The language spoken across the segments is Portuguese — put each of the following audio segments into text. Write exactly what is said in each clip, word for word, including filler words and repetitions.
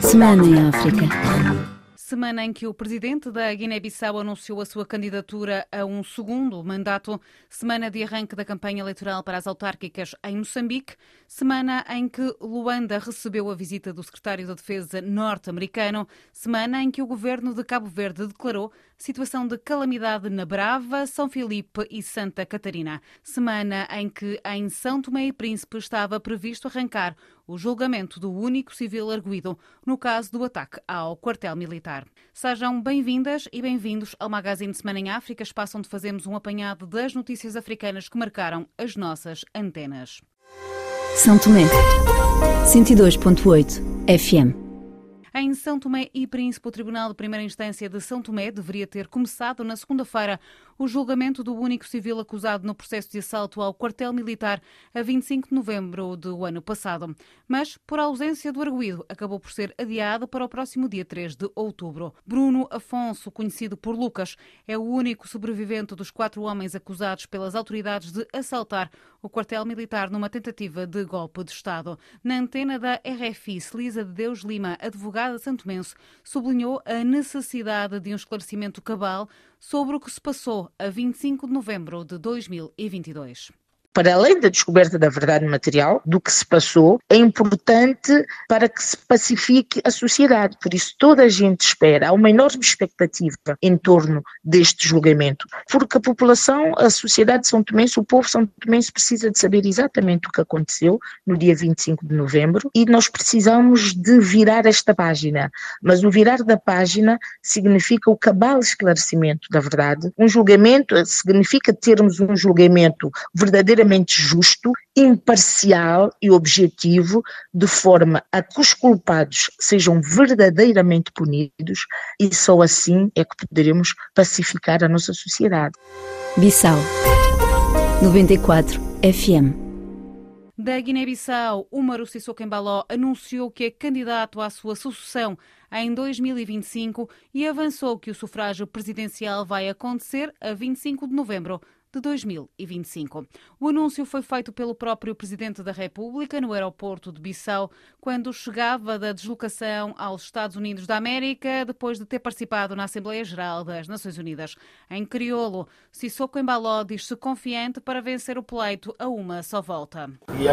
Semana em África. Semana em que o presidente da Guiné-Bissau anunciou a sua candidatura a um segundo mandato. Semana de arranque da campanha eleitoral para as autárquicas em Moçambique. Semana em que Luanda recebeu a visita do secretário da Defesa norte-americano. Semana em que o governo de Cabo Verde declarou situação de calamidade na Brava, São Filipe e Santa Catarina. Semana em que em São Tomé e Príncipe estava previsto arrancar o julgamento do único civil arguido no caso do ataque ao quartel militar. Sejam bem-vindas e bem-vindos ao Magazine de Semana em África, espaço onde fazemos um apanhado das notícias africanas que marcaram as nossas antenas. São Tomé, cento e dois ponto oito F M. Em São Tomé e Príncipe, o Tribunal de Primeira Instância de São Tomé deveria ter começado na segunda-feira o julgamento do único civil acusado no processo de assalto ao quartel militar a vinte e cinco de novembro do ano passado. Mas, por ausência do arguido, acabou por ser adiado para o próximo dia três de outubro. Bruno Afonso, conhecido por Lucas, é o único sobrevivente dos quatro homens acusados pelas autoridades de assaltar o quartel militar numa tentativa de golpe de Estado. Na antena da R F I, Celisa de Deus Lima, advogada santomense, sublinhou a necessidade de um esclarecimento cabal sobre o que se passou a vinte e cinco de novembro de dois mil e vinte e dois. Para além da descoberta da verdade material, do que se passou, é importante para que se pacifique a sociedade. Por isso, toda a gente espera, há uma enorme expectativa em torno deste julgamento, porque a população, a sociedade de São Tomense, o povo são tomense precisa de saber exatamente o que aconteceu no dia vinte e cinco de novembro e nós precisamos de virar esta página. Mas o virar da página significa o cabal esclarecimento da verdade. Um julgamento significa termos um julgamento verdadeiro justo, imparcial e objetivo, de forma a que os culpados sejam verdadeiramente punidos e só assim é que poderemos pacificar a nossa sociedade. Bissau, noventa e quatro F M. Da Guiné-Bissau, Umaru Sissoko Embaló anunciou que é candidato à sua sucessão em dois mil e vinte e cinco e avançou que o sufrágio presidencial vai acontecer a vinte e cinco de novembro de dois mil e vinte e cinco. O anúncio foi feito pelo próprio Presidente da República no aeroporto de Bissau, quando chegava da deslocação aos Estados Unidos da América, depois de ter participado na Assembleia Geral das Nações Unidas. Em crioulo, Sissoko Embaló diz-se confiante para vencer o pleito a uma só volta.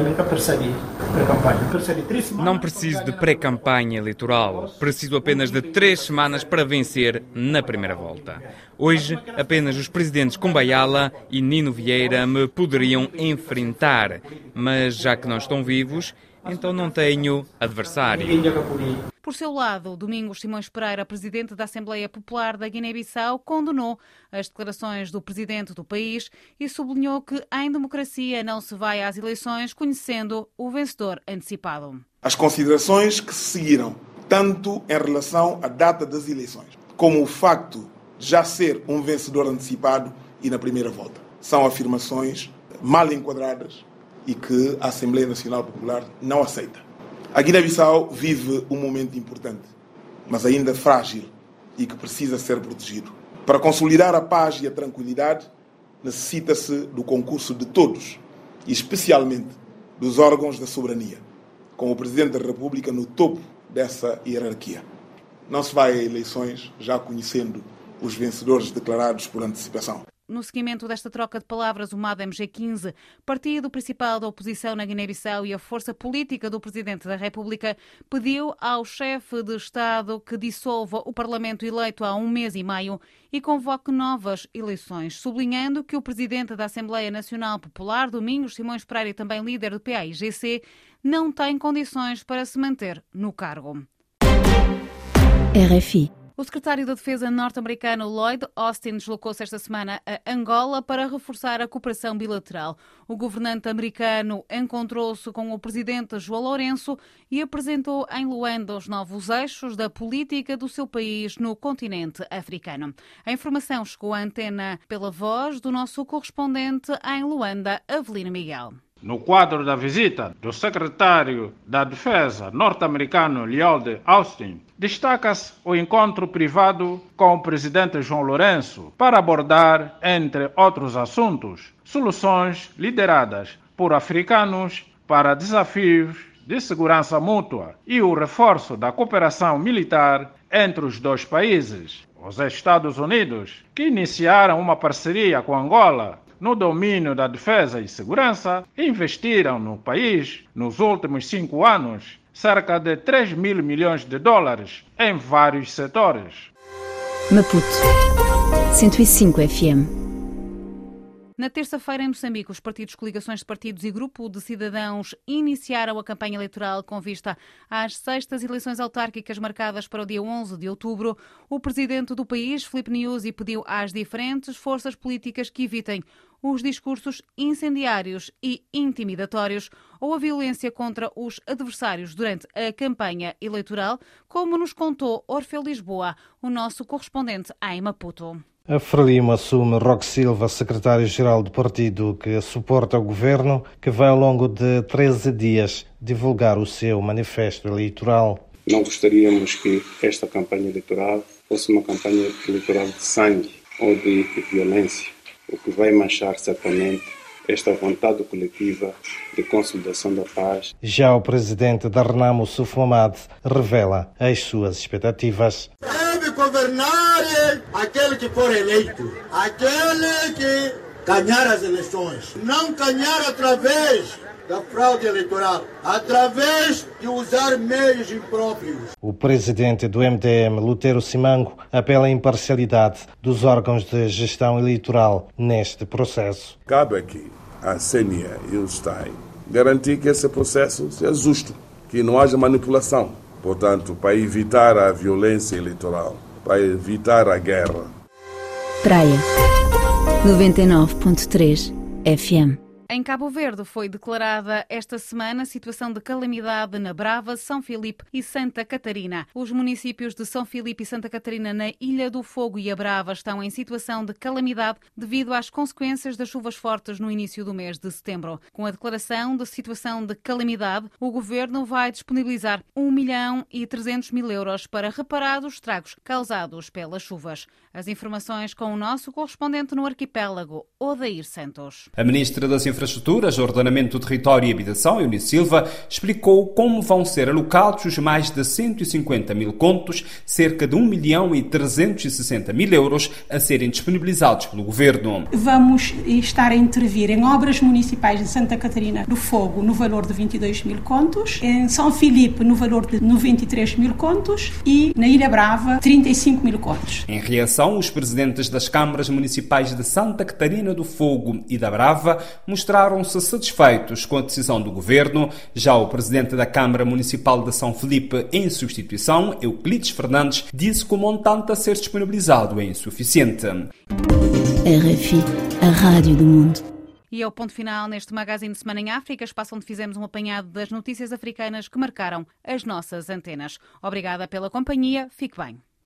Não preciso de pré-campanha eleitoral. Preciso apenas de três semanas para vencer na primeira volta. Hoje, apenas os presidentes Kumbayala e Nino Vieira me poderiam enfrentar, mas já que não estão vivos, então não tenho adversário. Por seu lado, Domingos Simões Pereira, presidente da Assembleia Popular da Guiné-Bissau, condenou as declarações do presidente do país e sublinhou que em democracia não se vai às eleições conhecendo o vencedor antecipado. As considerações que se seguiram, tanto em relação à data das eleições, como o facto de já ser um vencedor antecipado e na primeira volta, são afirmações mal enquadradas e que a Assembleia Nacional Popular não aceita. A Guiné-Bissau vive um momento importante, mas ainda frágil e que precisa ser protegido. Para consolidar a paz e a tranquilidade, necessita-se do concurso de todos, e especialmente dos órgãos da soberania, com o Presidente da República no topo dessa hierarquia. Não se vai a eleições já conhecendo os vencedores declarados por antecipação. No seguimento desta troca de palavras, o M A D M G quinze, partido principal da oposição na Guiné-Bissau e a força política do Presidente da República, pediu ao chefe de Estado que dissolva o Parlamento eleito há um mês e meio e convoque novas eleições, sublinhando que o Presidente da Assembleia Nacional Popular, Domingos Simões Pereira, e também líder do P A I G C, não tem condições para se manter no cargo. R F I. O secretário da Defesa norte-americano Lloyd Austin deslocou-se esta semana a Angola para reforçar a cooperação bilateral. O governante americano encontrou-se com o presidente João Lourenço e apresentou em Luanda os novos eixos da política do seu país no continente africano. A informação chegou à antena pela voz do nosso correspondente em Luanda, Avelino Miguel. No quadro da visita do secretário da Defesa norte-americano Lloyd Austin, destaca-se o encontro privado com o presidente João Lourenço para abordar, entre outros assuntos, soluções lideradas por africanos para desafios de segurança mútua e o reforço da cooperação militar entre os dois países. Os Estados Unidos, que iniciaram uma parceria com Angola no domínio da defesa e segurança, investiram no país, nos últimos cinco anos, cerca de três mil milhões de dólares em vários setores. Maputo, cento e cinco F M. Na terça-feira, em Moçambique, os partidos, coligações de partidos e grupo de cidadãos iniciaram a campanha eleitoral com vista às sextas eleições autárquicas marcadas para o dia onze de outubro. O presidente do país, Filipe Nyusi, pediu às diferentes forças políticas que evitem os discursos incendiários e intimidatórios ou a violência contra os adversários durante a campanha eleitoral, como nos contou Orfeu Lisboa, o nosso correspondente em Maputo. A Frelimo assume Roque Silva, secretário-geral do partido que suporta o governo, que vai ao longo de treze dias divulgar o seu manifesto eleitoral. Não gostaríamos que esta campanha eleitoral fosse uma campanha eleitoral de sangue ou de violência, o que vai manchar certamente esta vontade coletiva de consolidação da paz. Já o presidente da Renamo, Suf Mamad, revela as suas expectativas. Deve governar aquele que for eleito, aquele que ganhar as eleições, não ganhar através da fraude eleitoral, através de usar meios impróprios. O presidente do M D M, Lutero Simango, apela à imparcialidade dos órgãos de gestão eleitoral neste processo. Cabe aqui à C N E e ao S T A I garantir que esse processo seja justo, que não haja manipulação. Portanto, para evitar a violência eleitoral, para evitar a guerra. Praia, noventa e nove ponto três F M. Em Cabo Verde foi declarada esta semana situação de calamidade na Brava, São Filipe e Santa Catarina. Os municípios de São Filipe e Santa Catarina na Ilha do Fogo e a Brava estão em situação de calamidade devido às consequências das chuvas fortes no início do mês de setembro. Com a declaração de situação de calamidade, o Governo vai disponibilizar um milhão e trezentos mil euros para reparar os estragos causados pelas chuvas. As informações com o nosso correspondente no arquipélago, Odair Santos. A Ministra das Infraestruturas, Ordenamento do Território e Habitação, Eunice Silva, explicou como vão ser alocados os mais de cento e cinquenta mil contos, cerca de um milhão e trezentos e sessenta mil euros, a serem disponibilizados pelo Governo. Vamos estar a intervir em obras municipais de Santa Catarina do Fogo no valor de vinte e dois mil contos, em São Filipe no valor de noventa e três mil contos e na Ilha Brava trinta e cinco mil contos. Em reação, os presidentes das câmaras municipais de Santa Catarina do Fogo e da Brava mostraram-se satisfeitos com a decisão do Governo. Já o presidente da Câmara Municipal de São Filipe, em substituição, Euclides Fernandes, disse que o montante a ser disponibilizado é insuficiente. R F I, a Rádio do Mundo. E é o ponto final neste Magazine de Semana em África, espaço onde fizemos um apanhado das notícias africanas que marcaram as nossas antenas. Obrigada pela companhia, fique bem.